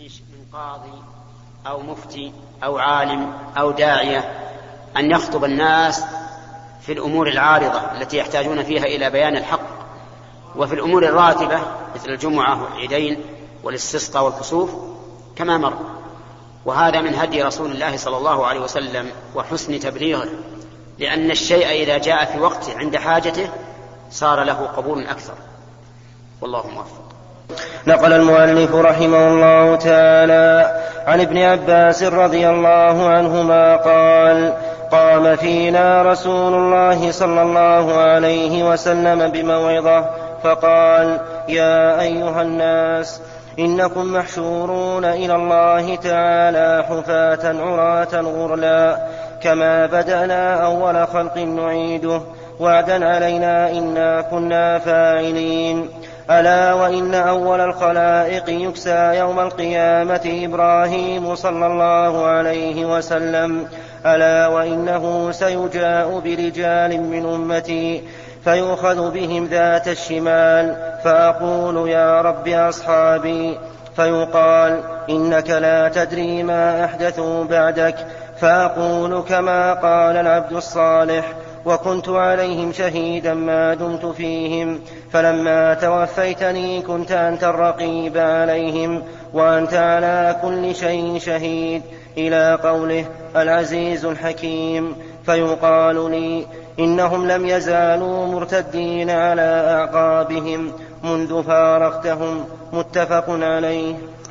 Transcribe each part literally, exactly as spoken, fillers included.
من قاضي أو مفتي أو عالم أو داعية أن يخطب الناس في الأمور العارضة التي يحتاجون فيها إلى بيان الحق، وفي الأمور الراتبة مثل الجمعة والعيدين والاستسقاء والكسوف كما مر. وهذا من هدي رسول الله صلى الله عليه وسلم وحسن تبليغه، لأن الشيء إذا جاء في وقته عند حاجته صار له قبول أكثر. والله موفق. نقل المؤلف رحمه الله تعالى عن ابن عباس رضي الله عنهما قال: قام فينا رسول الله صلى الله عليه وسلم بموعظة فقال: يا أيها الناس، إنكم محشورون إلى الله تعالى حفاة عراة غرلا، كما بدأنا أول خلق نعيده، وعدا علينا إنا كنا فاعلين. ألا وإن أول الخلائق يكسى يوم القيامة إبراهيم صلى الله عليه وسلم. ألا وإنه سيجاء برجال من أمتي فيؤخذ بهم ذات الشمال، فأقول يا رب أصحابي، فيقال إنك لا تدري ما أحدثوا بعدك، فأقول كما قال العبد الصالح: وكنت عليهم شهيدا ما دمت فيهم، فلما توفيتني كنت أنت الرقيب عليهم، وأنت على كل شيء شهيد، إلى قوله العزيز الحكيم. فيقال لي: إنهم لم يزالوا مرتدين على أعقابهم منذ فارقتهم. متفق عليه.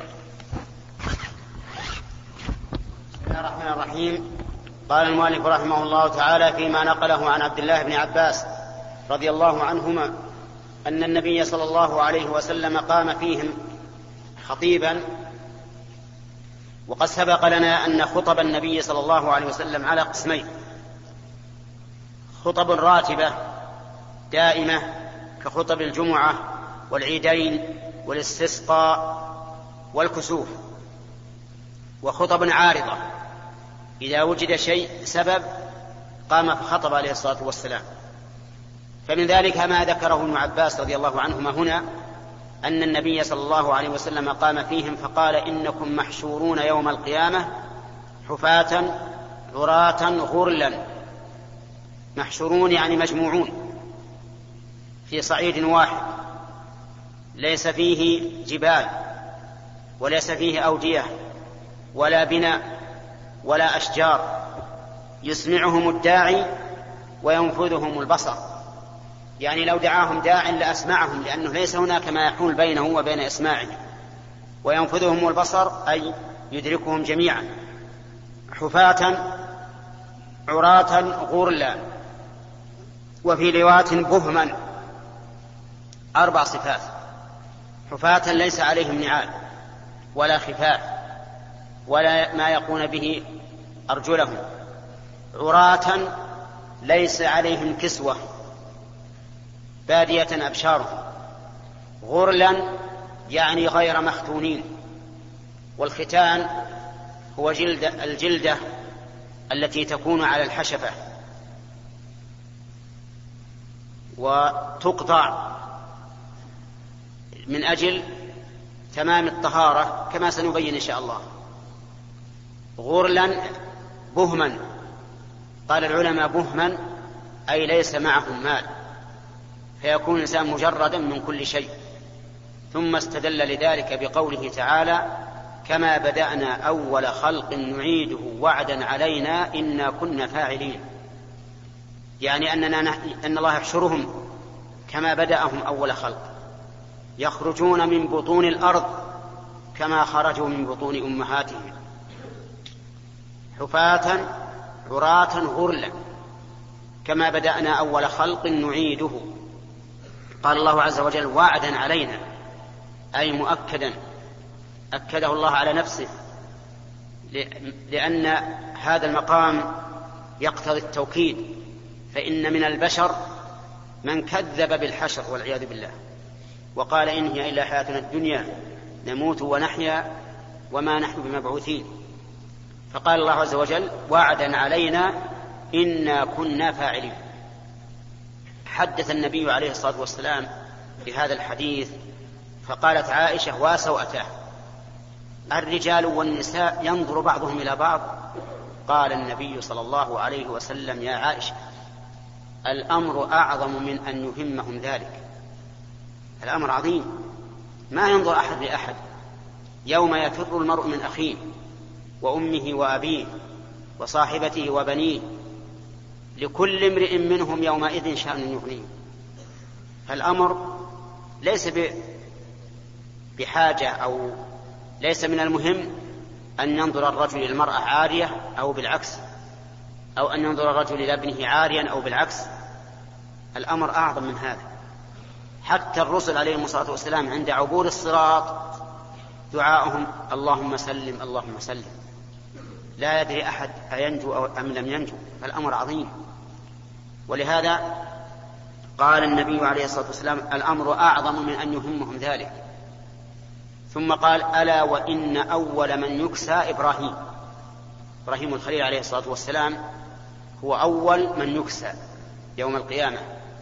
بسم الله الرحمن الرحيم. قال المؤلف رحمه الله تعالى فيما نقله عن عبد الله بن عباس رضي الله عنهما أن النبي صلى الله عليه وسلم قام فيهم خطيبا. وقد سبق لنا أن خطب النبي صلى الله عليه وسلم على قسمين: خطب راتبة دائمة كخطب الجمعة والعيدين والاستسقاء والكسوف، وخطب عارضة إذا وجد شيء سبب قام فخطب عليه الصلاة والسلام. فمن ذلك ما ذكره ابن عباس رضي الله عنهما هنا أن النبي صلى الله عليه وسلم قام فيهم فقال: إنكم محشورون يوم القيامة حفاة عراة غرلا. محشورون يعني مجموعون في صعيد واحد ليس فيه جبال وليس فيه أودية ولا بناء ولا أشجار، يسمعهم الداعي وينفذهم البصر. يعني لو دعاهم داع لأسمعهم، لأنه ليس هناك ما يحول بينه وبين إسماعه. وينفذهم البصر أي يدركهم جميعا. حفاة عراة غرلا. وفي رواية بهما. أربع صفات: حفاة ليس عليهم نعال ولا خفاف ولا ما يقون به أرجلهم. عراة ليس عليهم كسوة بادية أبشارهم. غرلا يعني غير مختونين. والختان هو جلد الجلدة التي تكون على الحشفة وتقطع من أجل تمام الطهارة كما سنبين إن شاء الله. غرلا بهما. قال العلماء بهما أي ليس معهم مال، فيكون الإنسان مجردا من كل شيء. ثم استدل لذلك بقوله تعالى: كما بدأنا أول خلق نعيده وعدا علينا إنا كنا فاعلين. يعني أننا أن الله يحشرهم كما بدأهم أول خلق، يخرجون من بطون الأرض كما خرجوا من بطون أمهاتهم. حفاة عراة غرلا كما بدأنا أول خلق نعيده. قال الله عز وجل: وعدا علينا، أي مؤكدا، أكده الله على نفسه، لأن هذا المقام يقتضي التوكيد. فإن من البشر من كذب بالحشر والعياذ بالله وقال: إن هي إلا حياتنا الدنيا نموت ونحيا وما نحن بمبعوثين. فقال الله عز وجل: وعدا علينا إنا كنا فاعلين. حدث النبي عليه الصلاة والسلام بهذا الحديث فقالت عائشة: واسوأتاه، الرجال والنساء ينظر بعضهم إلى بعض. قال النبي صلى الله عليه وسلم: يا عائشة، الأمر أعظم من أن يهمهم ذلك. الأمر عظيم، ما ينظر أحد لأحد. يوم يفر المرء من أخيه وأمه وأبيه وصاحبته وبنيه، لكل امرئ منهم يومئذ شأن يغنيه. فالأمر ليس بحاجة أو ليس من المهم أن ينظر الرجل إلى المرأة عارية أو بالعكس، أو أن ينظر الرجل إلى ابنه عاريا أو بالعكس. الأمر أعظم من هذا. حتى الرسل عليهم الصلاة والسلام عند عبور الصراط دعاءهم: اللهم سلم اللهم سلم. لا يدري أحد أينجو أم لم ينجو. الأمر عظيم. ولهذا قال النبي عليه الصلاة والسلام: الأمر أعظم من أن يهمهم ذلك. ثم قال: ألا وإن أول من يكسى إبراهيم. إبراهيم الخليل عليه الصلاة والسلام هو أول من يكسى يوم القيامة.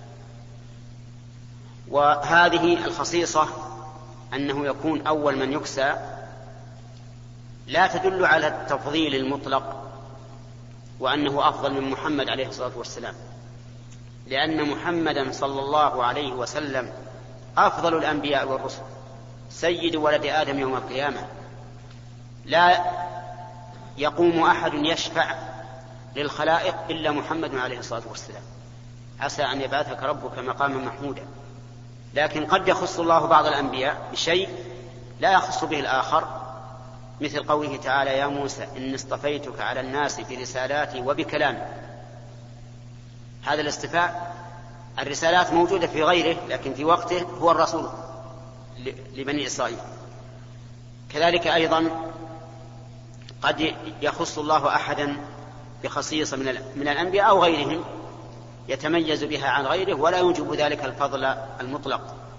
وهذه الخصيصة أنه يكون أول من يكسى لا تدل على التفضيل المطلق وأنه أفضل من محمد عليه الصلاة والسلام، لأن محمدا صلى الله عليه وسلم أفضل الأنبياء والرسل، سيد ولد آدم يوم القيامة. لا يقوم أحد يشفع للخلائق إلا محمد عليه الصلاة والسلام. عسى أن يبعثك ربك مقاما محمودا. لكن قد يخص الله بعض الأنبياء بشيء لا يخص به الآخر، مثل قوله تعالى: يا موسى إني اصطفيتك على الناس برسالاتي وبكلامي. هذا الاصطفاء، الرسالات موجودة في غيره، لكن في وقته هو الرسول لبني إسرائيل. كذلك أيضا قد يخص الله أحدا بخصيصة من الأنبياء أو غيرهم يتميز بها عن غيره، ولا يوجب ذلك الفضل المطلق.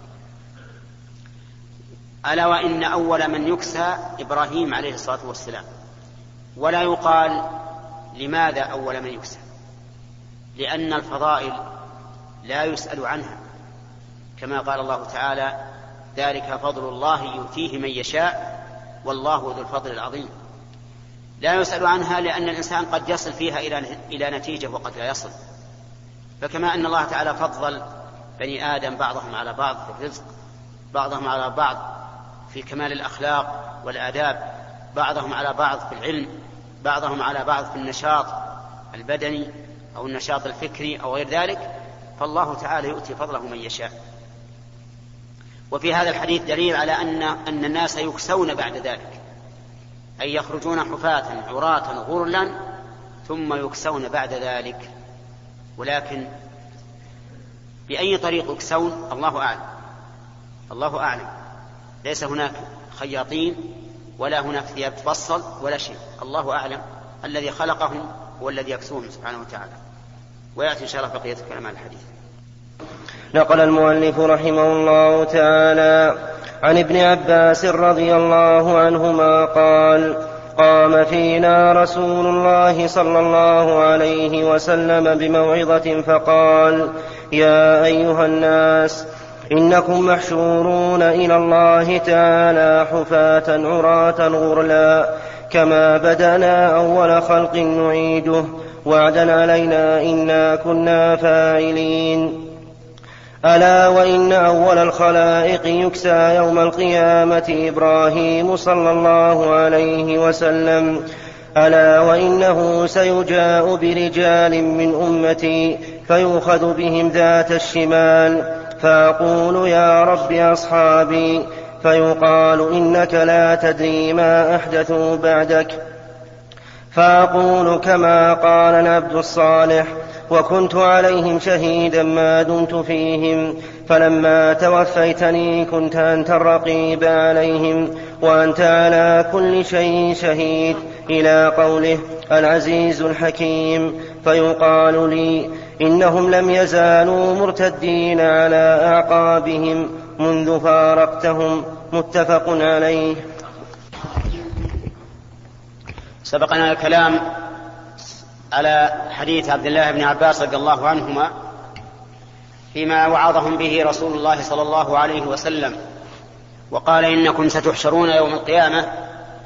ألا وإن أول من يكسى إبراهيم عليه الصلاة والسلام. ولا يقال لماذا أول من يكسى، لأن الفضائل لا يسأل عنها، كما قال الله تعالى: ذلك فضل الله يؤتيه من يشاء والله ذو الفضل العظيم. لا يسأل عنها لأن الإنسان قد يصل فيها إلى نتيجة وقد لا يصل. فكما أن الله تعالى فضل بني آدم بعضهم على بعض في الرزق، بعضهم على بعض في كمال الأخلاق والآداب، بعضهم على بعض في العلم، بعضهم على بعض في النشاط البدني أو النشاط الفكري أو غير ذلك، فالله تعالى يؤتي فضله من يشاء. وفي هذا الحديث دليل على أن, أن الناس يكسون بعد ذلك، أي يخرجون حفاة عراة غرلا ثم يكسون بعد ذلك. ولكن بأي طريق يكسون الله أعلم، الله أعلم. ليس هناك خياطين ولا هناك ثياب تفصل ولا شيء، الله أعلم. الذي خلقهم هو الذي يكسوهم سبحانه وتعالى. ويأتي إن شاء الله بقية كلام الحديث. نقل المؤلف رحمه الله تعالى عن ابن عباس رضي الله عنهما قال: قام فينا رسول الله صلى الله عليه وسلم بموعظة فقال: يا أيها الناس، إنكم محشورون إلى الله تعالى حفاة عراة غرلا، كما بدأنا أول خلق نعيده، وعدا علينا إنا كنا فاعلين. ألا وإن أول الخلائق يكسى يوم القيامة إبراهيم صلى الله عليه وسلم. ألا وإنه سيجاء برجال من أمتي فيؤخذ بهم ذات الشمال، فأقول: يا رب أصحابي، فيقال: إنك لا تدري ما أحدثوا بعدك، فأقول كما قال العبد الصالح: وكنت عليهم شهيدا ما دمت فيهم، فلما توفيتني كنت أنت الرقيب عليهم، وأنت على كل شيء شهيد، إلى قوله: العزيز الحكيم. فيقال لي: إنهم لم يزالوا مرتدين على أعقابهم منذ فارقتهم. متفق عليه. سبقنا الكلام على حديث عبد الله بن عباس رضي الله عنهما فيما وعظهم به رسول الله صلى الله عليه وسلم، وقال: إنكم ستحشرون يوم القيامة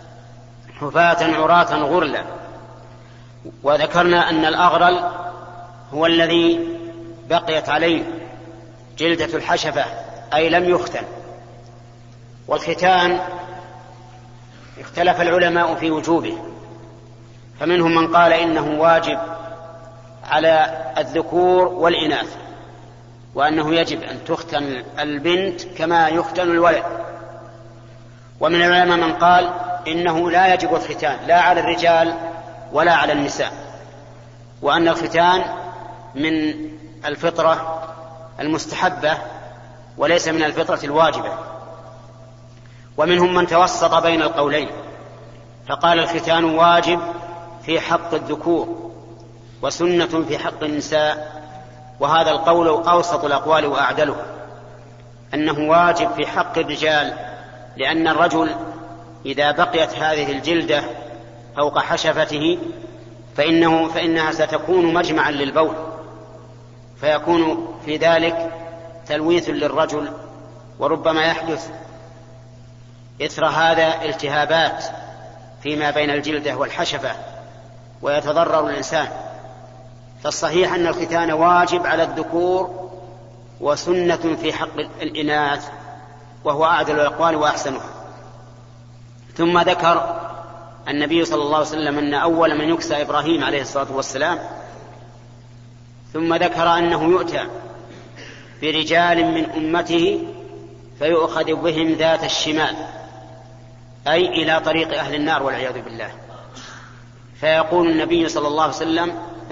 حفاة عراة غرلا. وذكرنا أن الأغرل هو الذي بقيت عليه جلدة الحشفة أي لم يختن. والختان اختلف العلماء في وجوبه، فمنهم من قال إنه واجب على الذكور والإناث، وأنه يجب أن تختن البنت كما يختن الولد. ومن العلماء من قال إنه لا يجب الختان لا على الرجال ولا على النساء، وأن الختان من الفطرة المستحبة وليس من الفطرة الواجبة. ومنهم من توسط بين القولين فقال الختان واجب في حق الذكور وسنة في حق النساء، وهذا القول أوسط الأقوال وأعدله، أنه واجب في حق الرجال، لأن الرجل إذا بقيت هذه الجلدة فوق حشفته فإنه فإنها ستكون مجمعا للبول، فيكون في ذلك تلويث للرجل، وربما يحدث إثر هذا التهابات فيما بين الجلدة والحشفة ويتضرر الإنسان. فالصحيح أن الختان واجب على الذكور وسنة في حق الإناث، وهو أعدل الأقوال وأحسنها. ثم ذكر النبي صلى الله عليه وسلم أن أول من يكسى إبراهيم عليه الصلاة والسلام، ثم ذكر أنه يؤتى برجال من أمته فيؤخذ بهم ذات الشمال، أي إلى طريق أهل النار والعياذ بالله. فيقول النبي صلى الله عليه وسلم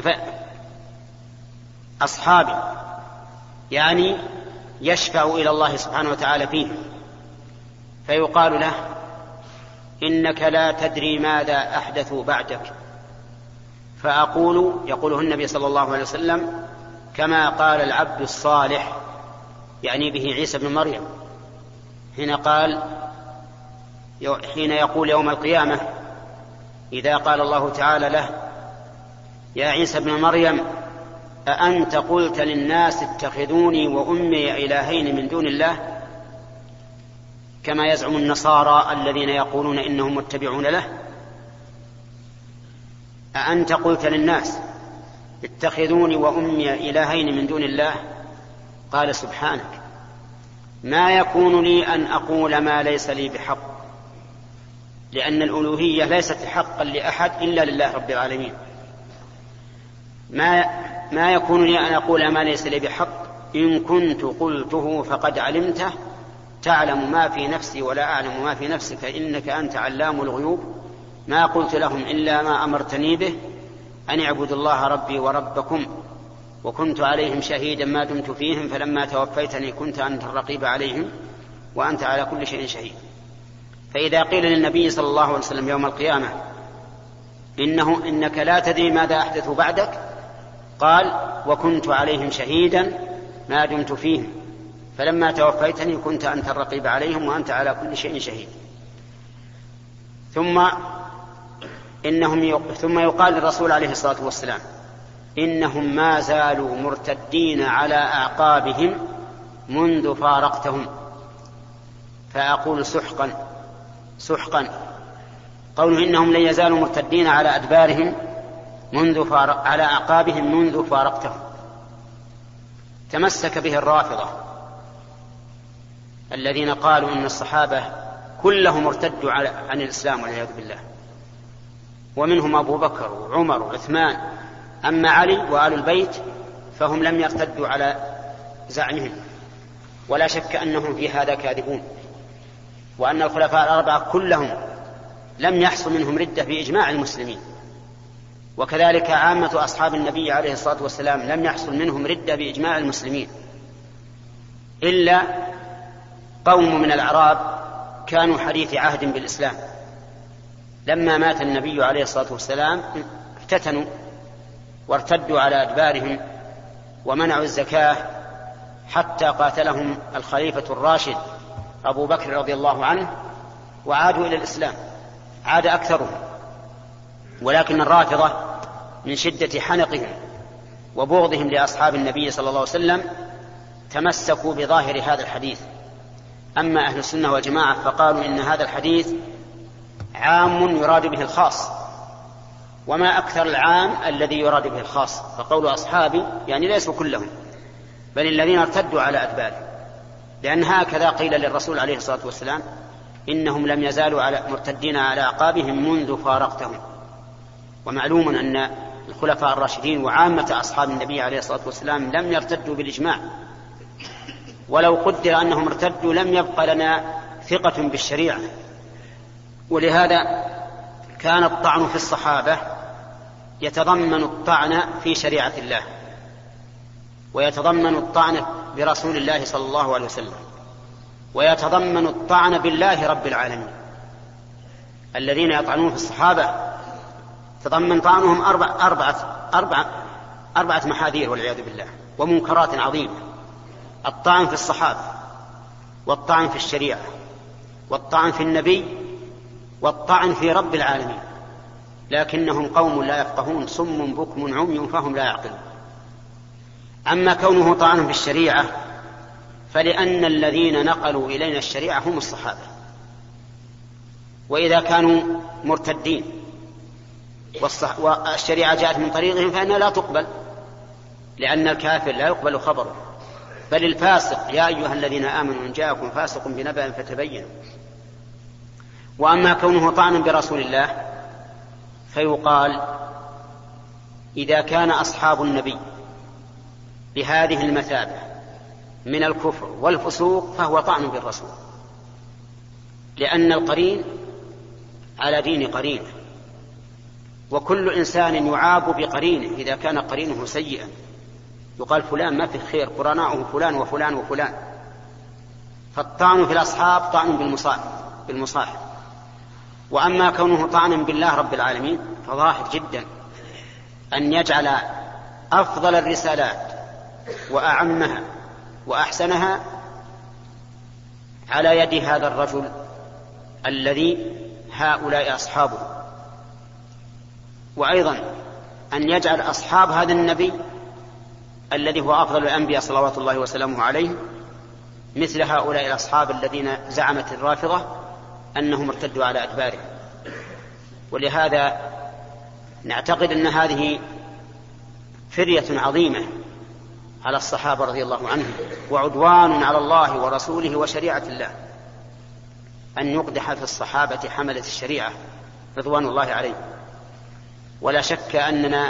أصحابي، يعني يشفع إلى الله سبحانه وتعالى فيه، فيقال له إنك لا تدري ماذا أحدثوا بعدك، فأقول يقوله النبي صلى الله عليه وسلم كما قال العبد الصالح، يعني به عيسى بن مريم، حين قال حين يقول يوم القيامة إذا قال الله تعالى له يا عيسى بن مريم أأنت قلت للناس اتخذوني وأمي إلهين من دون الله، كما يزعم النصارى الذين يقولون إنهم متبعون له، أأنت قلت للناس اتخذوني وأمي إلهين من دون الله؟ قال سبحانك ما يكون لي أن أقول ما ليس لي بحق، لأن الألوهية ليست حقا لأحد إلا لله رب العالمين. ما, ما يكون لي أن أقول ما ليس لي بحق، إن كنت قلته فقد علمته تعلم ما في نفسي ولا أعلم ما في نفسك إنك أنت علام الغيوب. ما قلت لهم إلا ما أمرتني به أن اعبدوا الله ربي وربكم وكنت عليهم شهيدا ما دمت فيهم فلما توفيتني كنت أنت الرقيب عليهم وأنت على كل شيء شهيد. فإذا قيل للنبي صلى الله عليه وسلم يوم القيامة إنه إنك لا تدري ماذا أحدثوا بعدك، قال وكنت عليهم شهيدا ما دمت فيهم فلما توفيتني كنت أنت الرقيب عليهم وأنت على كل شيء شهيد. ثم إنهم ي... ثم يقال للرسول عليه الصلاة والسلام إنهم ما زالوا مرتدين على أعقابهم منذ فارقتهم، فأقول سحقا سحقا. قوله إنهم لن يزالوا مرتدين على أدبارهم منذ فارق... على أعقابهم منذ فارقتهم، تمسك به الرافضة الذين قالوا إن الصحابة كلهم ارتدوا عن الإسلام والعياذ بالله، ومنهم أبو بكر وعمر وعثمان. أما علي وآل البيت فهم لم يرتدوا على زعمهم، ولا شك أنهم في هذا كاذبون، وأن الخلفاء الأربعة كلهم لم يحصل منهم ردة بإجماع المسلمين، وكذلك عامة أصحاب النبي عليه الصلاة والسلام لم يحصل منهم ردة بإجماع المسلمين، إلا قوم من الأعراب كانوا حديث عهد بالإسلام، لما مات النبي عليه الصلاة والسلام افتتنوا وارتدوا على أدبارهم ومنعوا الزكاة حتى قاتلهم الخليفة الراشد أبو بكر رضي الله عنه وعادوا إلى الإسلام، عاد أكثرهم. ولكن الرافضة من شدة حنقهم وبغضهم لأصحاب النبي صلى الله عليه وسلم تمسكوا بظاهر هذا الحديث. أما أهل السنة والجماعة فقالوا إن هذا الحديث عام يراد به الخاص، وما أكثر العام الذي يراد به الخاص. فقول أصحابي يعني ليسوا كلهم، بل الذين ارتدوا على أدبارهم، لأن هكذا قيل للرسول عليه الصلاة والسلام: إنهم لم يزالوا على مرتدين على أعقابهم منذ فارقتهم. ومعلوم أن الخلفاء الراشدين وعامة أصحاب النبي عليه الصلاة والسلام لم يرتدوا بالإجماع، ولو قدر أنهم ارتدوا لم يبقى لنا ثقة بالشريعة. ولهذا كان الطعن في الصحابة يتضمن الطعن في شريعة الله، ويتضمن الطعن برسول الله صلى الله عليه وسلم، ويتضمن الطعن بالله رب العالمين. الذين يطعنون في الصحابة تضمن طعنهم أربع أربعة أربعة أربعة محاذير والعياذ بالله ومنكرات عظيمة: الطعن في الصحابة، والطعن في الشريعة، والطعن في النبي، والطعن في رب العالمين. لكنهم قوم لا يفقهون، صم بكم عمي فهم لا يعقلون. أما كونه طعن في الشريعة فلأن الذين نقلوا إلينا الشريعة هم الصحابة، وإذا كانوا مرتدين والشريعة جاءت من طريقهم فإنها لا تقبل، لأن الكافر لا يقبل خبره. بل الفاسق: يا أيها الذين آمنوا إن جاءكم فاسق بنبأ فتبينوا. وأما كونه طعنا برسول الله فيقال: إذا كان أصحاب النبي بهذه المثابة من الكفر والفسوق فهو طعن بالرسول، لأن القرين على دين قرينه، وكل إنسان يعاب بقرينه إذا كان قرينه سيئا. يقال فلان ما في خير، قرناؤه فلان وفلان وفلان. فالطعن في الأصحاب طعن بالمصاحب. وأما كونه طعنا بالله رب العالمين فظاهر جدا أن يجعل أفضل الرسالات وأعمها وأحسنها على يد هذا الرجل الذي هؤلاء أصحابه، وأيضا أن يجعل أصحاب هذا النبي الذي هو أفضل الأنبياء صلوات الله وسلامه عليه مثل هؤلاء الأصحاب الذين زعمت الرافضة أنهم ارتدوا على أدبارهم. ولهذا نعتقد أن هذه فرية عظيمة على الصحابة رضي الله عنهم، وعدوان على الله ورسوله وشريعة الله، أن يقدح في الصحابة حملة الشريعة رضوان الله عليهم. ولا شك أننا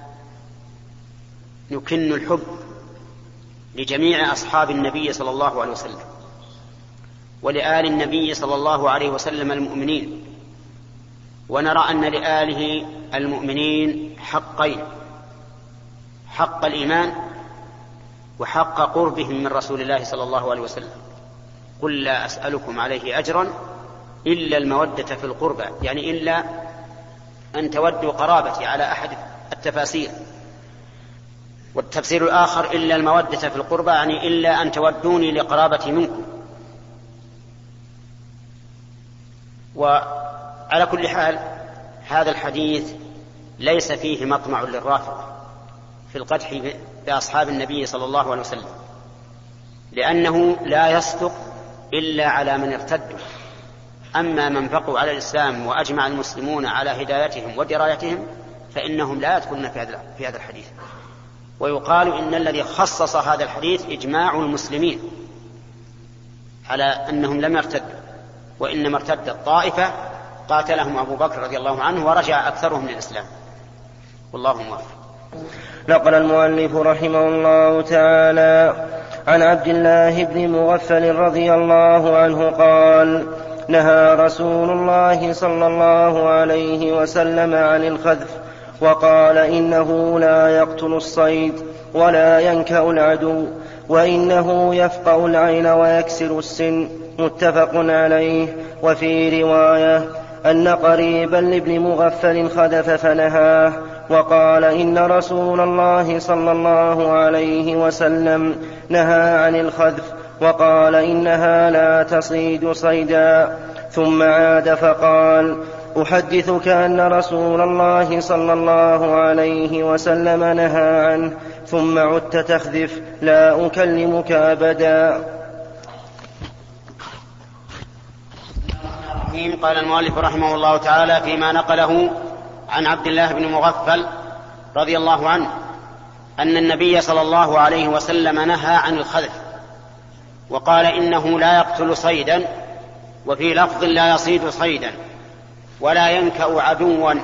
نكن الحب لجميع أصحاب النبي صلى الله عليه وسلم ولآل النبي صلى الله عليه وسلم المؤمنين، ونرى أن لآله المؤمنين حقين: حق الإيمان وحق قربهم من رسول الله صلى الله عليه وسلم. قل لا أسألكم عليه أجرا إلا المودة في القربى، يعني إلا أن تودوا قرابتي على أحد التفاسير. والتفسير الآخر إلا المودة في القربى يعني إلا أن تودوني لقرابتي منكم. وعلى كل حال هذا الحديث ليس فيه مطمع للرافضة في القدح بأصحاب النبي صلى الله عليه وسلم، لأنه لا يصدق إلا على من ارتدوا. أما من بقوا على الإسلام وأجمع المسلمون على هدايتهم ودرايتهم فإنهم لا يدخلون في هذا الحديث. ويقال إن الذي خصص هذا الحديث إجماع المسلمين على أنهم لم يرتدوا، وإنما ارتدت طائفة قاتلهم أبو بكر رضي الله عنه ورجع أكثرهم للإسلام، والله موفق. نقل المؤلف رحمه الله تعالى عن عبد الله بن مغفل رضي الله عنه قال: نهى رسول الله صلى الله عليه وسلم عن الخذف، وقال: إنه لا يقتل الصيد ولا ينكأ العدو، وإنه يفقأ العين ويكسر السن. متفق عليه. وفي رواية أن قريبا لابن مغفل خذف فنهاه، وقال: إن رسول الله صلى الله عليه وسلم نهى عن الخذف، وقال: إنها لا تصيد صيدا. ثم عاد فقال: أحدثك أن رسول الله صلى الله عليه وسلم نهى عنه، ثم عدت تخذف، لا أكلمك أبدا. الرحيم. قال المؤلف رحمه الله تعالى فيما نقله عن عبد الله بن مغفل رضي الله عنه أن النبي صلى الله عليه وسلم نهى عن الخذف، وقال إنه لا يقتل صيدا، وفي لفظ لا يصيد صيدا ولا ينكأ عدوا،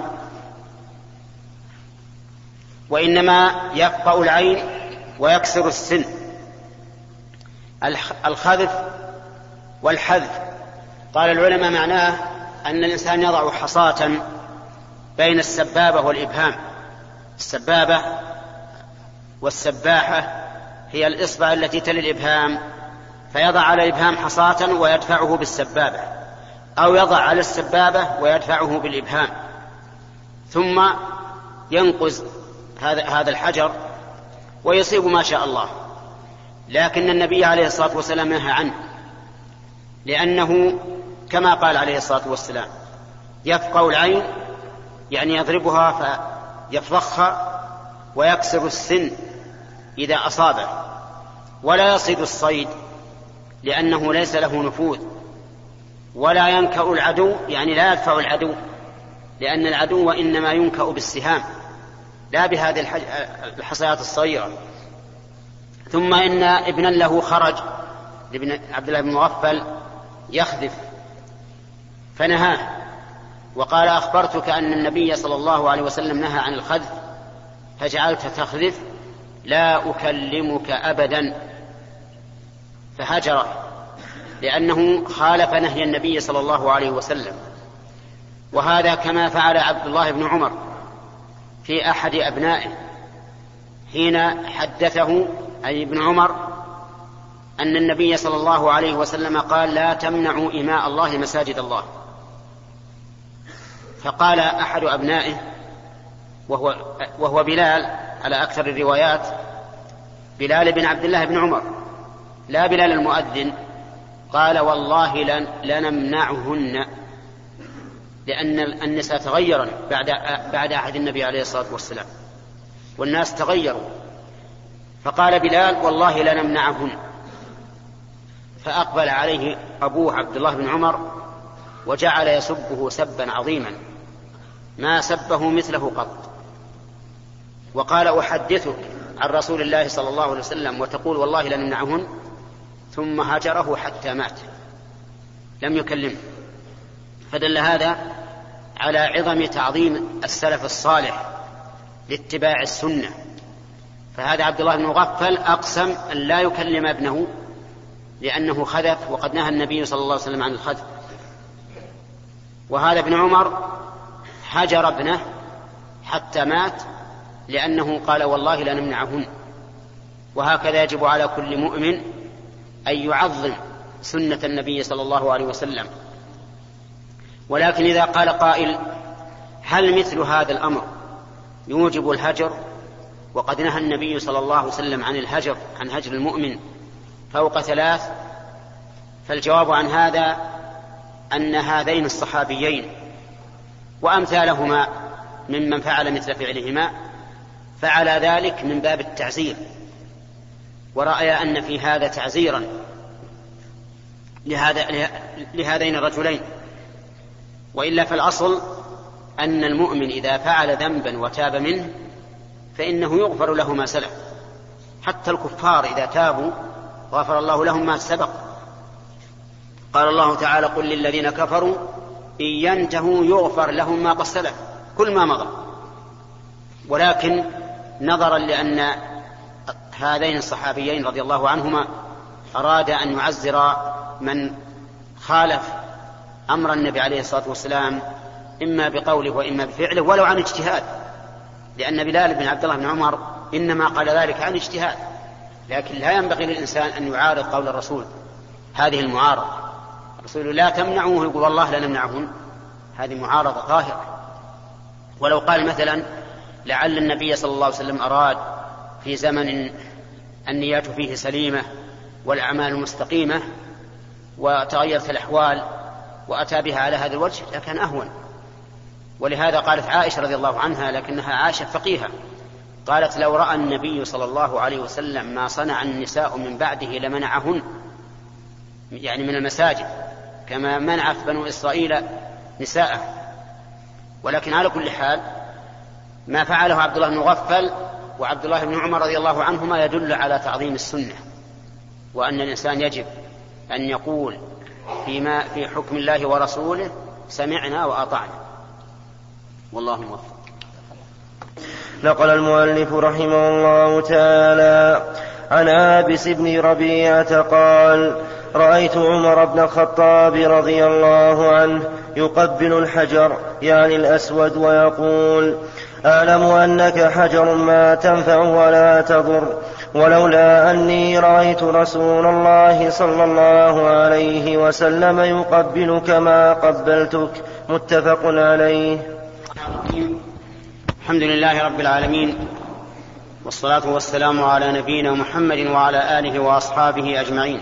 وإنما يفقأ العين ويكسر السن. الخذف والحذف قال العلماء معناه أن الإنسان يضع حصاة بين السبابة والإبهام. السبابة والسباحة هي الإصبع التي تلي الإبهام، فيضع على الإبهام حصاة ويدفعه بالسبابة، أو يضع على السبابة ويدفعه بالإبهام، ثم ينقز هذا هذا الحجر ويصيب ما شاء الله. لكن النبي عليه الصلاة والسلام نهى عنه، لأنه كما قال عليه الصلاة والسلام يفقأ العين، يعني يضربها فيفضخها ويكسر السن إذا أصابه، ولا يصيد الصيد لأنه ليس له نفوذ، ولا ينكأ العدو، يعني لا يدفع العدو، لأن العدو إنما ينكأ بالسهام لا بهذه الحصيات الصغيرة. ثم إن ابنا له خرج لابن عبد الله بن مغفل يخذف فنهاه، وقال أخبرتك أن النبي صلى الله عليه وسلم نهى عن الخذف فجعلت تخذف، لا أكلمك أبدا، فهجره لأنه خالف نهي النبي صلى الله عليه وسلم. وهذا كما فعل عبد الله بن عمر في أحد أبنائه حين حدثه أي ابن عمر أن النبي صلى الله عليه وسلم قال لا تمنعوا إماء الله مساجد الله. فقال أحد أبنائه وهو, وهو بلال على أكثر الروايات، بلال بن عبد الله بن عمر لا بلال المؤذن، قال والله لنمنعهن، لأن النساء تغيرن بعد بعد عهد النبي عليه الصلاة والسلام والناس تغيروا. فقال بلال والله لنمنعهن. فأقبل عليه أبوه عبد الله بن عمر وجعل يسبه سبا عظيما ما سبه مثله قط، وقال أحدثك عن رسول الله صلى الله عليه وسلم وتقول والله لنمنعهن، ثم هجره حتى مات لم يكلمه. فدل هذا على عظم تعظيم السلف الصالح لاتباع السنة. فهذا عبد الله بن مغفل أقسم أن لا يكلم ابنه لأنه خذف، وقد نهى النبي صلى الله عليه وسلم عن الخذف. وهذا ابن عمر حجر ابنه حتى مات لأنه قال والله لا نمنعهن. وهكذا يجب على كل مؤمن أن يعظم سنة النبي صلى الله عليه وسلم. ولكن إذا قال قائل هل مثل هذا الأمر يوجب الهجر وقد نهى النبي صلى الله عليه وسلم عن الهجر عن هجر المؤمن فوق ثلاث؟ فالجواب عن هذا أن هذين الصحابيين وأمثالهما ممن فعل مثل فعلهما فعل ذلك من باب التعزير، ورأي أن في هذا تعزيرا لهذا لهذين الرجلين. وإلا فالأصل أن المؤمن إذا فعل ذنبا وتاب منه فإنه يغفر له ما سلف. حتى الكفار إذا تابوا غفر الله لهم ما سبق. قال الله تعالى قل للذين كفروا إن ينتهوا يغفر لهم ما قد سلف، كل ما مضى. ولكن نظرا لأن هذين الصحابيين رضي الله عنهما أراد أن يعزر من خالف أمر النبي عليه الصلاة والسلام إما بقوله وإما بفعله ولو عن اجتهاد، لأن بلال بن عبد الله بن عمر إنما قال ذلك عن اجتهاد، لكن لا ينبغي للإنسان أن يعارض قول الرسول هذه المعارضة. الرسول لا تمنعوه يقول والله لا نمنعهن، هذه معارضة ظاهرة. ولو قال مثلا لعل النبي صلى الله عليه وسلم أراد في زمن النيات فيه سليمة والأعمال مستقيمة وتغيرت الأحوال وأتى بها على هذا الوجه لكان أهون. ولهذا قالت عائشة رضي الله عنها، لكنها عائشة فقيهة، قالت لو رأى النبي صلى الله عليه وسلم ما صنع النساء من بعده لمنعهن، يعني من المساجد كما منعت بنو إسرائيل نساءه. ولكن على كل حال ما فعله عبد الله بن مغفل وعبد الله بن عمر رضي الله عنهما يدل على تعظيم السنة، وأن الإنسان يجب أن يقول فيما في حكم الله ورسوله سمعنا وأطعنا، والله موفق. نقل المؤلف رحمه الله تعالى عن عابس بن ربيعة قال: رأيت عمر بن الخطاب رضي الله عنه يقبل الحجر يعني الأسود ويقول: أعلم أنك حجر ما تنفع ولا تضر، ولولا أني رأيت رسول الله صلى الله عليه وسلم يقبلك ما قبلتك. متفق عليه. الحمد لله رب العالمين، والصلاة والسلام على نبينا محمد وعلى آله وأصحابه أجمعين.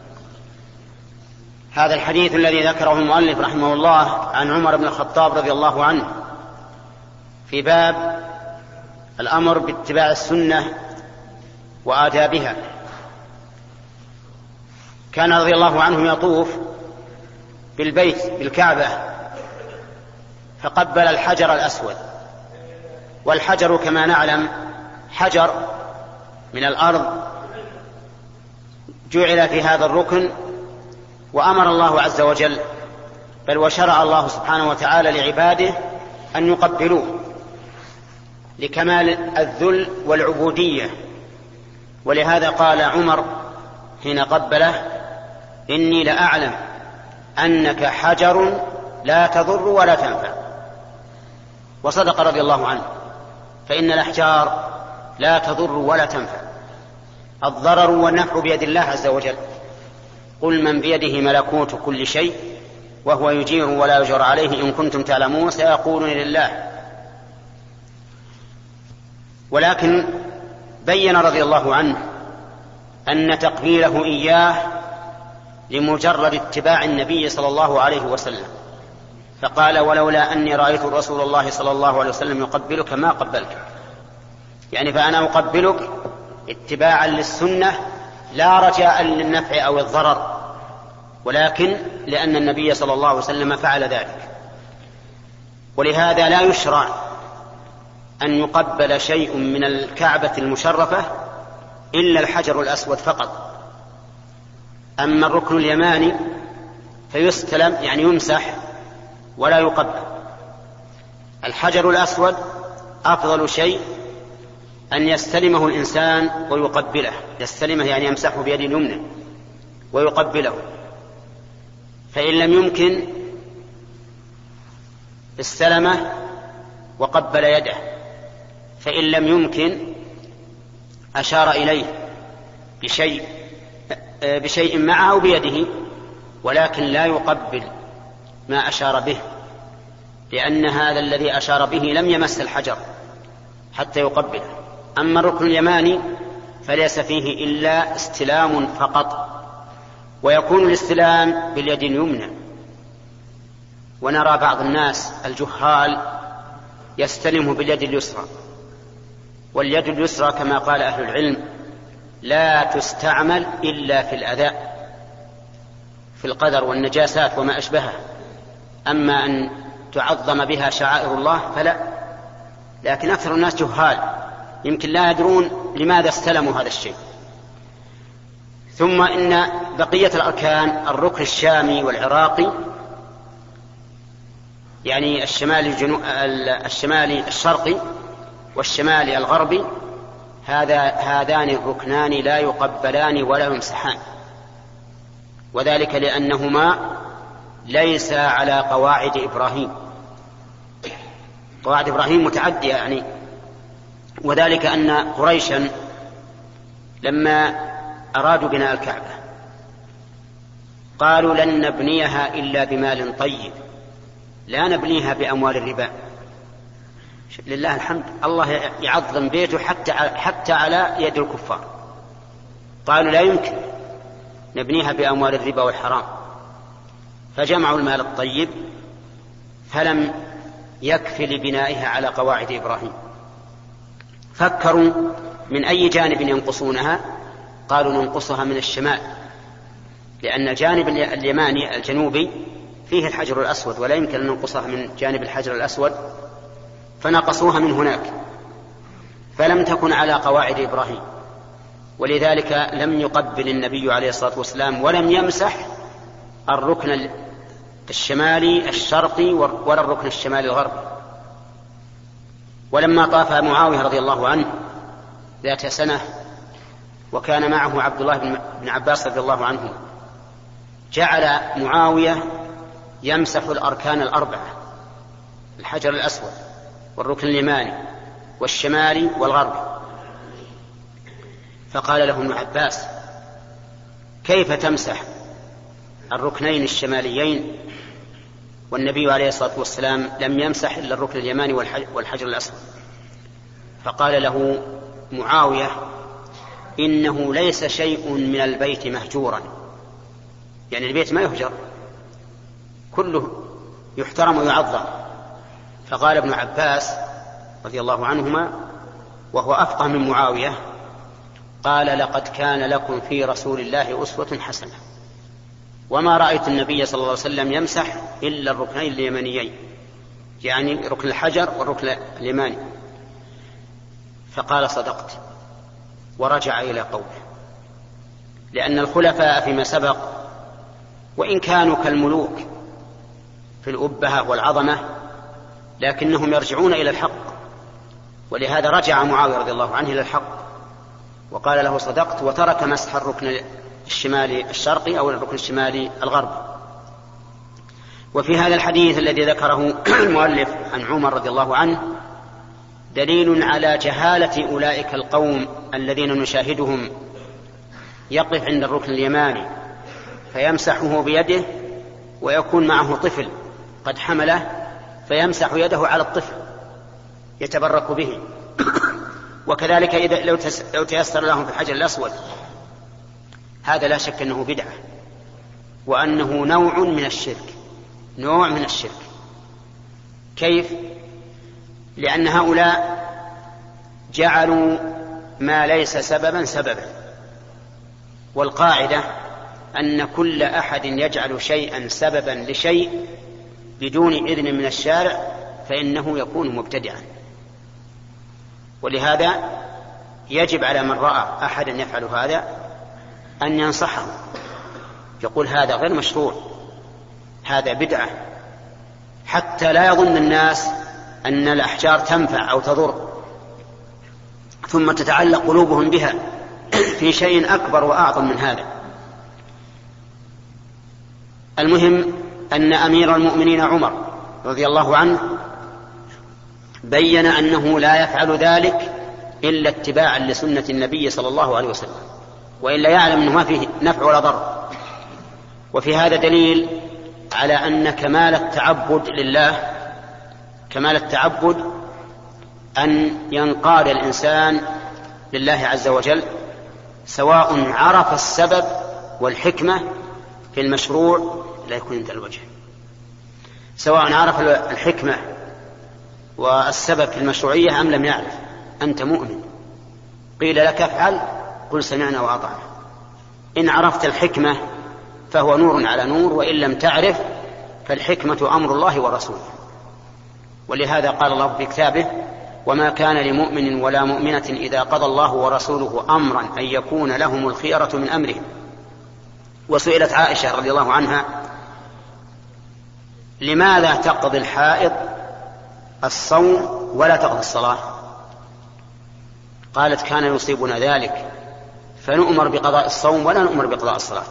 هذا الحديث الذي ذكره المؤلف رحمه الله عن عمر بن الخطاب رضي الله عنه في باب الأمر باتباع السنة وآدابها. كان رضي الله عنه يطوف بالبيت بالكعبة فقبل الحجر الأسود، والحجر كما نعلم حجر من الأرض جعل في هذا الركن، وأمر الله عز وجل بل وشرع الله سبحانه وتعالى لعباده أن يقبلوه لكمال الذل والعبودية. ولهذا قال عمر حين قبله: إني لأعلم أنك حجر لا تضر ولا تنفع. وصدق رضي الله عنه، فإن الأحجار لا تضر ولا تنفع، الضرر والنفع بيد الله عز وجل. قل من بيده ملكوت كل شيء وهو يجير ولا يجر عليه إن كنتم تعلمون سيقولون لله. ولكن بين رضي الله عنه أن تقبيله إياه لمجرد اتباع النبي صلى الله عليه وسلم، فقال: ولولا أني رأيت رسول الله صلى الله عليه وسلم يقبلك ما قبلتك، يعني فأنا أقبلك اتباعا للسنة لا رجاء للنفع أو الضرر، ولكن لأن النبي صلى الله عليه وسلم فعل ذلك. ولهذا لا يشرع أن يقبل شيء من الكعبة المشرفة إلا الحجر الأسود فقط. أما الركن اليماني فيستلم يعني يمسح ولا يقبل. الحجر الأسود أفضل شيء أن يستلمه الإنسان ويقبله، يستلمه يعني يمسحه بيد اليمنى ويقبله، فإن لم يمكن استلمه وقبل يده، فإن لم يمكن أشار إليه بشيء بشيء معه بيده، ولكن لا يقبل ما أشار به، لأن هذا الذي أشار به لم يمس الحجر حتى يقبله. أما الركن اليماني فليس فيه إلا استلام فقط، ويكون الاستلام باليد اليمنى. ونرى بعض الناس الجهال يستلمه باليد اليسرى، واليد اليسرى كما قال أهل العلم لا تستعمل إلا في الأذى في القدر والنجاسات وما أشبهه، أما أن تعظم بها شعائر الله فلا. لكن أكثر الناس جهال يمكن لا يدرون لماذا استلموا هذا الشيء. ثم إن بقية الأركان الركن الشامي والعراقي يعني الشمالي الجنو... الشمالي الشرقي والشمالي الغربي، هذا هذان الركنان لا يقبلان ولا يمسحان، وذلك لأنهما ليس على قواعد إبراهيم. قواعد إبراهيم متعدية يعني، وذلك أن قريشا لما أرادوا بناء الكعبة قالوا لن نبنيها إلا بمال طيب، لا نبنيها بأموال الربا. لله الحمد، الله يعظم بيته حتى حتى على يد الكفار. قالوا لا يمكن نبنيها بأموال الربا والحرام، فجمعوا المال الطيب فلم يكفي لبنائها على قواعد إبراهيم. فكروا من أي جانب ينقصونها، قالوا ننقصها من الشمال، لأن الجانب اليماني الجنوبي فيه الحجر الأسود ولا يمكن أن ننقصها من جانب الحجر الأسود، فنقصوها من هناك، فلم تكن على قواعد إبراهيم، ولذلك لم يقبل النبي عليه الصلاة والسلام ولم يمسح الركن الشمالي الشرقي ولا الركن الشمالي الغربي. ولما طاف معاوية رضي الله عنه ذات سنة وكان معه عبد الله بن عباس رضي الله عنه، جعل معاوية يمسح الأركان الأربعة، الحجر الأسود والركن اليماني والشمالي والغربي. فقال له ابن عباس: كيف تمسح الركنين الشماليين والنبي عليه الصلاة والسلام لم يمسح إلا الركن اليماني والحجر الأسود؟ فقال له معاوية: إنه ليس شيء من البيت مهجورا، يعني البيت ما يهجر، كله يحترم ويعظم. فقال ابن عباس رضي الله عنهما وهو أفقه من معاوية: قال: لقد كان لكم في رسول الله أسوة حسنة، وما رأيت النبي صلى الله عليه وسلم يمسح إلا الركنين اليمانيين، يعني ركن الحجر والركن اليماني. فقال: صدقت، ورجع إلى قوله. لأن الخلفاء فيما سبق وإن كانوا كالملوك في الأبهة والعظمة لكنهم يرجعون إلى الحق، ولهذا رجع معاوية رضي الله عنه إلى الحق وقال له: صدقت، وترك مسح الركن الشمالي الشرقي أو الركن الشمالي الغربي. وفي هذا الحديث الذي ذكره المؤلف عن عمر رضي الله عنه دليل على جهالة أولئك القوم الذين نشاهدهم يقف عند الركن اليماني فيمسحه بيده ويكون معه طفل قد حمله فيمسح يده على الطفل يتبرك به. وكذلك إذا لو تيسر لهم في الحجر الأسود، هذا لا شك أنه بدعة وأنه نوع من الشرك، نوع من الشرك. كيف؟ لأن هؤلاء جعلوا ما ليس سببا سببا، والقاعدة أن كل أحد يجعل شيئا سببا لشيء بدون إذن من الشارع فإنه يكون مبتدعا. ولهذا يجب على من رأى أحدا يفعل هذا أن ينصحه، يقول: هذا غير مشروع، هذا بدعة، حتى لا يظن الناس أن الأحجار تنفع أو تضر ثم تتعلق قلوبهم بها في شيء أكبر وأعظم من هذا. المهم أن أمير المؤمنين عمر رضي الله عنه بين أنه لا يفعل ذلك إلا اتباعا لسنة النبي صلى الله عليه وسلم، وإلا يعلم أنه ما فيه نفع ولا ضر. وفي هذا دليل على أن كمال التعبد لله، كمال التعبد أن ينقاد الإنسان لله عز وجل، سواء عرف السبب والحكمة في المشروع، لا يكون عند الوجه، سواء عرف الحكمة والسبب في المشروعية أم لم يعرف، أنت مؤمن، قيل لك افعل قل سمعنا وأطعنا. إن عرفت الحكمة فهو نور على نور، وإن لم تعرف فالحكمة أمر الله ورسوله. ولهذا قال الله في كتابه: وما كان لمؤمن ولا مؤمنة إذا قضى الله ورسوله أمرا أن يكون لهم الخيرة من أمرهم. وسئلت عائشة رضي الله عنها: لماذا تقضي الحائض الصوم ولا تقضي الصلاة؟ قالت: كان يصيبنا ذلك فنؤمر بقضاء الصوم ولا نؤمر بقضاء الصلاة.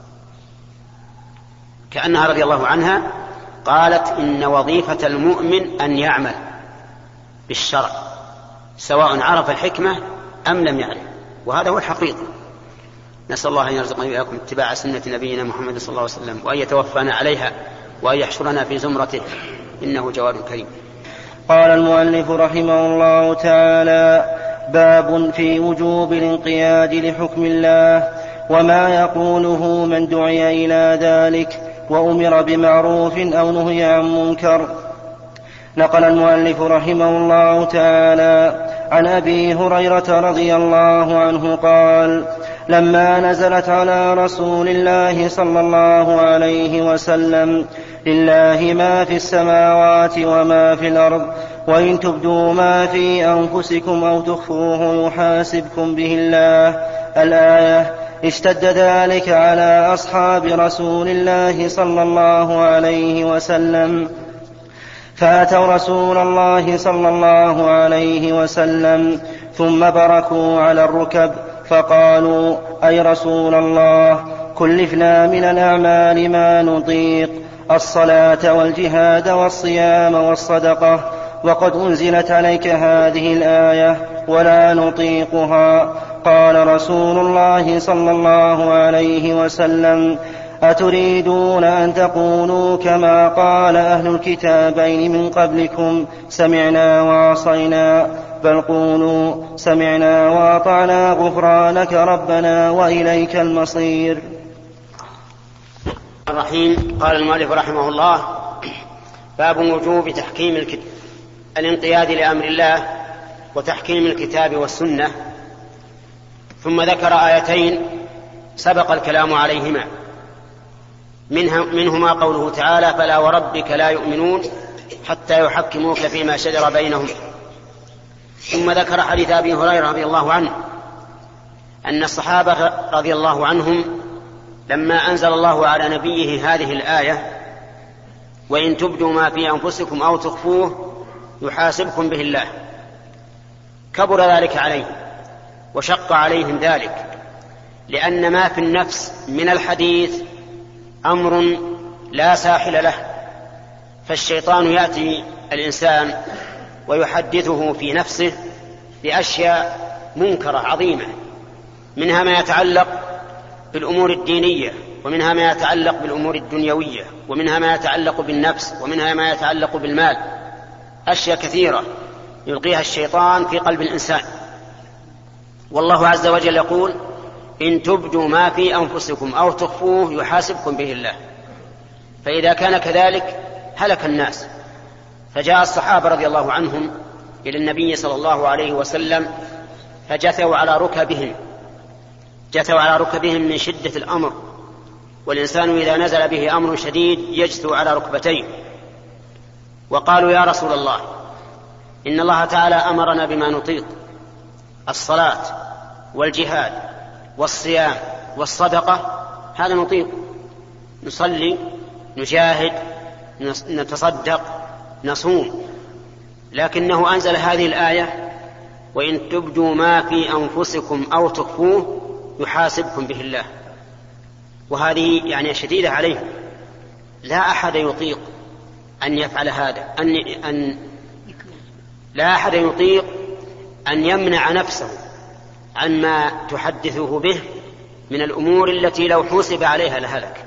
كأنها رضي الله عنها قالت: إن وظيفة المؤمن أن يعمل بالشرع سواء عرف الحكمة أم لم يعرف، وهذا هو الحقيقة. نسأل الله أن يرزقنا وإياكم اتباع سنة نبينا محمد صلى الله عليه وسلم، وأن يتوفانا عليها، وأن يحشرنا في زمرته، إنه جواد كريم. قال المؤلف رحمه الله تعالى: باب في وجوب الانقياد لحكم الله وما يقوله من دعي إلى ذلك وأمر بمعروف أو نهي عن منكر. نقل المؤلف رحمه الله تعالى عن أبي هريرة رضي الله عنه قال: لما نزلت على رسول الله صلى الله عليه وسلم: لله ما في السماوات وما في الأرض، وإن تبدوا ما في أنفسكم أو تخفوه يحاسبكم به الله. الآية. اشتد ذلك على أصحاب رسول الله صلى الله عليه وسلم، فأتوا رسول الله صلى الله عليه وسلم ثم بركوا على الركب فقالوا: أي رسول الله، كلفنا من الأعمال ما نطيق، الصلاة والجهاد والصيام والصدقة، وقد أنزلت عليك هذه الآية ولا نطيقها. قال رسول الله صلى الله عليه وسلم: أتريدون أن تقولوا كما قال أهل الكتابين من قبلكم: سمعنا وعصينا، بل قولوا سمعنا وأطعنا غفرانك ربنا وإليك المصير. الرحيم. قال المؤلف رحمه الله: باب وجوب تحكيم الكتاب، الانقياد لأمر الله وتحكيم الكتاب والسنة. ثم ذكر آيتين سبق الكلام عليهما، منها منهما قوله تعالى: فلا وربك لا يؤمنون حتى يحكموك فيما شجر بينهم. ثم ذكر حديث أبي هريرة رضي الله عنه أن الصحابة رضي الله عنهم لما أنزل الله على نبيه هذه الآية: وإن تبدوا ما في أنفسكم أو تخفوه يحاسبكم به الله، كبر ذلك عليهم وشق عليهم ذلك، لأن ما في النفس من الحديث أمر لا ساحل له، فالشيطان يأتي الإنسان ويحدثه في نفسه بأشياء منكرة عظيمة، منها ما يتعلق بالأمور الدينية، ومنها ما يتعلق بالأمور الدنيوية، ومنها ما يتعلق بالنفس، ومنها ما يتعلق بالمال، أشياء كثيرة يلقيها الشيطان في قلب الإنسان. والله عز وجل يقول: إن تبدوا ما في أنفسكم أو تخفوه يحاسبكم به الله. فإذا كان كذلك هلك الناس. فجاء الصحابة رضي الله عنهم إلى النبي صلى الله عليه وسلم فجثوا على ركبهم جثوا على ركبهم من شدة الأمر، والإنسان إذا نزل به أمر شديد يجثو على ركبتيه، وقالوا: يا رسول الله، إن الله تعالى أمرنا بما نطيق، الصلاة والجهاد والصيام والصدقة، هذا نطيق، نصلي، نجاهد، نتصدق، نصوم. لكنه أنزل هذه الآية: وإن تبدوا ما في أنفسكم أو تخفوه يحاسبكم به الله. وهذه يعني شديدة عليهم، لا أحد يطيق أن يفعل هذا، أن, أن لا أحد يطيق أن يمنع نفسه عما تحدثه به من الأمور التي لو حوسب عليها لهلك.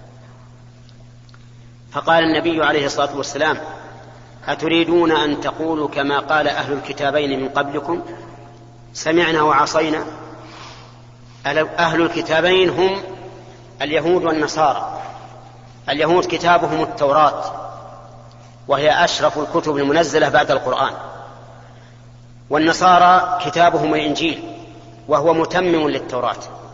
فقال النبي عليه الصلاة والسلام: أتريدون أن تقولوا كما قال أهل الكتابين من قبلكم: سمعنا وعصينا؟ أهل الكتابين هم اليهود والنصارى. اليهود كتابهم التوراة، وهي أشرف الكتب المنزلة بعد القرآن، والنصارى كتابهم الإنجيل، وهو متمم للتوراة.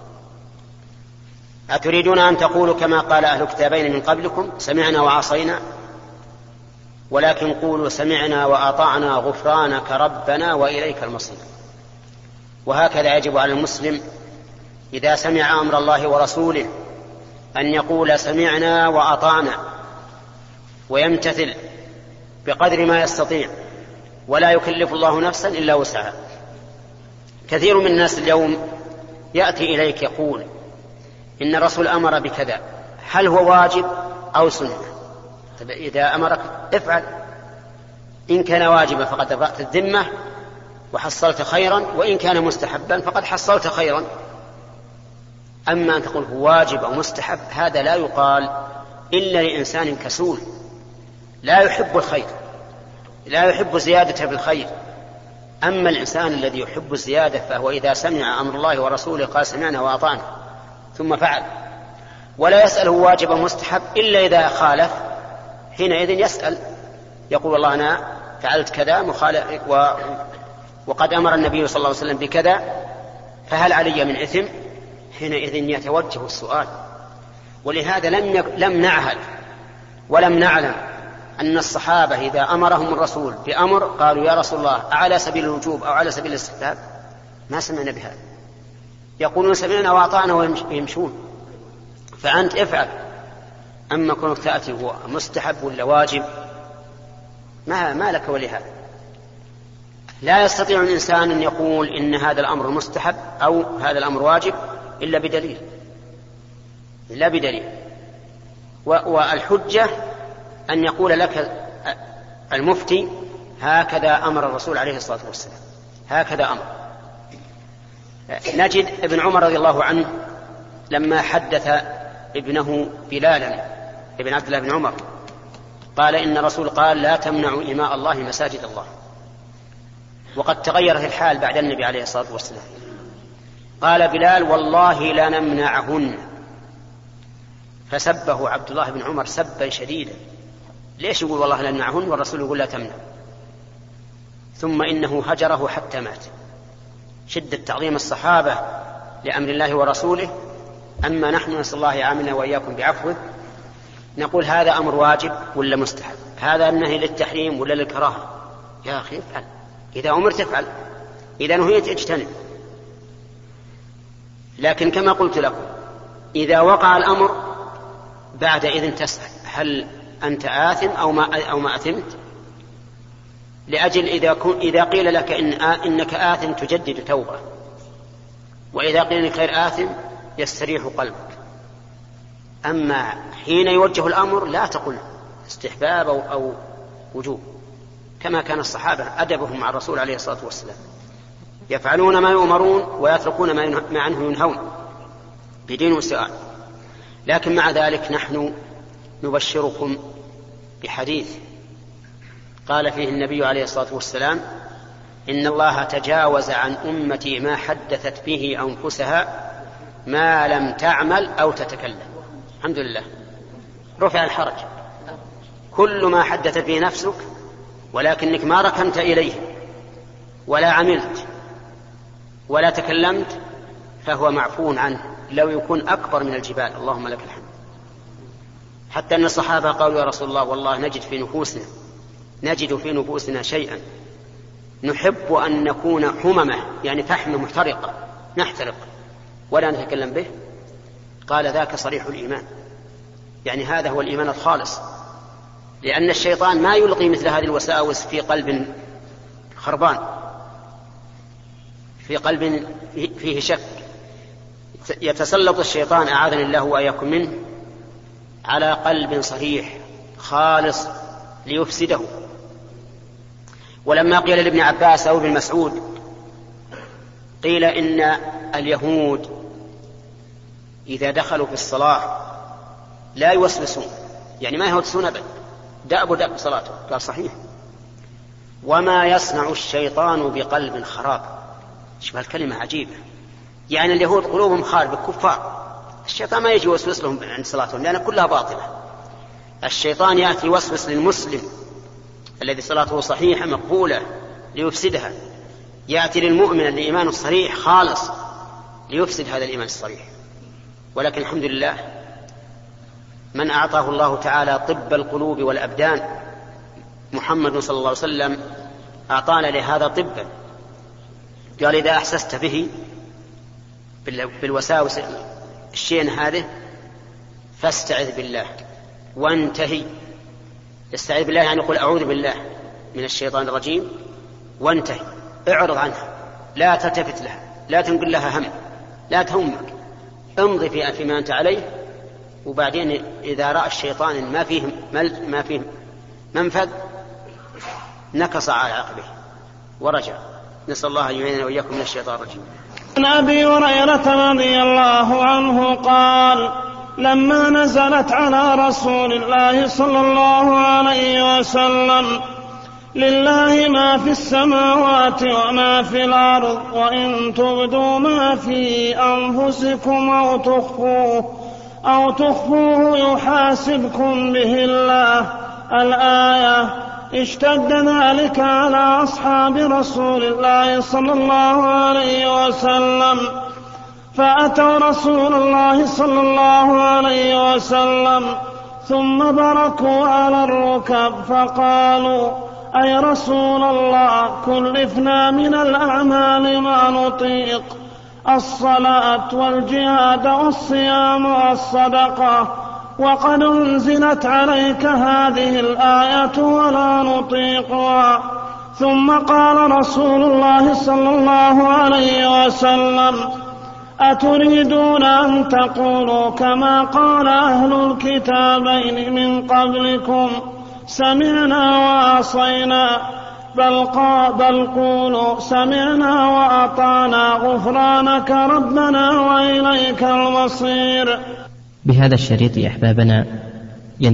أتريدون أن تقولوا كما قال أهل الكتابين من قبلكم: سمعنا وعصينا؟ ولكن قولوا سمعنا وأطعنا غفرانك ربنا وإليك المصير. وهكذا يجب على المسلم إذا سمع أمر الله ورسوله أن يقول سمعنا وأطعنا، ويمتثل بقدر ما يستطيع، ولا يكلف الله نفسا إلا وسعها. كثير من الناس اليوم يأتي إليك يقول: إن الرسول أمر بكذا، هل هو واجب أو سنة؟ إذا أمرك افعل، إن كان واجبا فقد رفعت الذمة وحصلت خيرا، وإن كان مستحبا فقد حصلت خيرا. أما أن تقول هو واجب أو مستحب، هذا لا يقال إلا لإنسان كسول لا يحب الخير، لا يحب زيادة بالخير. أما الإنسان الذي يحب الزيادة فهو إذا سمع أمر الله ورسوله قال سمعنا وأطعنا ثم فعل، ولا يسأل هو واجب أو مستحب إلا إذا خالف، حينئذ يسأل يقول: الله أنا فعلت كذا مخالف و... وقد أمر النبي صلى الله عليه وسلم بكذا، فهل علي من إثم حينئذ يتوجه السؤال. ولهذا لم يك... لم نعهد ولم نعلم أن الصحابة إذا أمرهم الرسول بأمر قالوا يا رسول الله على سبيل الوجوب أو على سبيل الاستحباب. ما سمعنا بهذا. يقولون سمعنا وأطعنا ويمشون. فأنت افعل. أما كنت تأتي هو مستحب ولا واجب ما, ما لك ولهذا. لا يستطيع الإنسان أن يقول إن هذا الأمر مستحب أو هذا الأمر واجب إلا بدليل إلا بدليل والحجة أن يقول لك المفتي هكذا أمر الرسول عليه الصلاة والسلام هكذا أمر. نجد ابن عمر رضي الله عنه لما حدث ابنه بلالا ابن عبد الله بن عمر قال إن الرسول قال لا تمنعوا إماء الله مساجد الله. وقد تغيرت الحال بعد النبي عليه الصلاة والسلام. قال بلال والله لا نمنعهن. فسبه عبد الله بن عمر سبا شديدا. ليش يقول والله لا نمنعهن والرسول يقول لا تمنع؟ ثم إنه هجره حتى مات. شدة تعظيم الصحابة لأمر الله ورسوله. أما نحن نسأل الله يعاملنا وإياكم بعفوه نقول هذا أمر واجب ولا مستحب، هذا النهي للتحريم ولا للكراهة. يا أخي افعل، إذا أمرت افعل، إذا نهيت اجتنب. لكن كما قلت لكم إذا وقع الأمر بعد إذن تسأل هل أنت آثم أو ما, أو ما أثمت، لأجل إذا, كن إذا قيل لك إن إنك آثم تجدد توبة، وإذا قيل لك غير آثم يستريح قلبك. أما حين يوجه الأمر لا تقل استحباب أو, أو وجوب، كما كان الصحابة أدبهم مع الرسول عليه الصلاة والسلام، يفعلون ما يؤمرون ويتركون ما عنه ينهون بدين سؤال. لكن مع ذلك نحن نبشركم بحديث قال فيه النبي عليه الصلاة والسلام إن الله تجاوز عن أمتي ما حدثت به أنفسها ما لم تعمل أو تتكلم. الحمد لله رفع الحرج. كل ما حدثت به نفسك ولكنك ما ركنت إليه ولا عملت ولا تكلمت فهو معفو عنه لو يكون أكبر من الجبال. اللهم لك الحمد. حتى أن الصحابة قالوا يا رسول الله والله نجد في نفوسنا نجد في نفوسنا شيئا نحب أن نكون حممة، يعني فحم محترقة نحترق ولا نتكلم به. قال ذاك صريح الإيمان، يعني هذا هو الإيمان الخالص، لأن الشيطان ما يلقي مثل هذه الوساوس في قلب خربان، في قلب فيه شك. يتسلط الشيطان أعاذنا الله وإياكم منه على قلب صريح خالص ليفسده. ولما قيل لابن عباس أو ابن مسعود قيل إن اليهود إذا دخلوا في الصلاة لا يوسوسون، يعني ما يهوسون أبدا، دأبوا دأب صلاته. قال صحيح. وما يصنع الشيطان بقلب خراب. شوف هالكلمة عجيبة، يعني اليهود قلوبهم خاربة كفار، الشيطان ما يجي يوسوس لهم عند صلاتهم لأن كلها باطلة. الشيطان يأتي يوسوس للمسلم الذي صلاته صحيحة مقبولة ليفسدها، يأتي للمؤمن الإيمان الصريح خالص ليفسد هذا الإيمان الصريح. ولكن الحمد لله من أعطاه الله تعالى طب القلوب والأبدان محمد صلى الله عليه وسلم أعطانا لهذا طبا. قال إذا أحسست به بالوساوس الشيء هذا فاستعذ بالله وانتهي. استعذ بالله يعني يقول أعوذ بالله من الشيطان الرجيم وانتهي، اعرض عنها، لا تلتفت لها، لا تنقل لها هم، لا تهمك، امضي في فيما أنت عليه. وبعدين إذا رأى الشيطان ما فيه ما فيه منفذ نكص على عقبه ورجع. نسأل الله أن يعيننا وإياكم من الشيطان الرجيم. عن أبي هريرة رضي الله عنه قال لما نزلت على رسول الله صلى الله عليه وسلم لله ما في السماوات وما في الأرض وإن تبدوا ما في أنفسكم أو تخفوه أو تخفوه يحاسبكم به الله الآية، اشتد ذلك على أصحاب رسول الله صلى الله عليه وسلم فأتوا رسول الله صلى الله عليه وسلم ثم بركوا على الركب فقالوا أي رسول الله كلفنا من الأعمال ما نطيق الصلاة والجهاد والصيام والصدقة وقد أنزلت عليك هذه الآية ولا نطيقها. ثم قال رسول الله صلى الله عليه وسلم أتريدون أن تقولوا كما قال أهل الكتابين من قبلكم سمعنا وعصينا بل, بل قولوا سمعنا وأطعنا غفرانك ربنا وإليك المصير. بهذا الشريط أحبابنا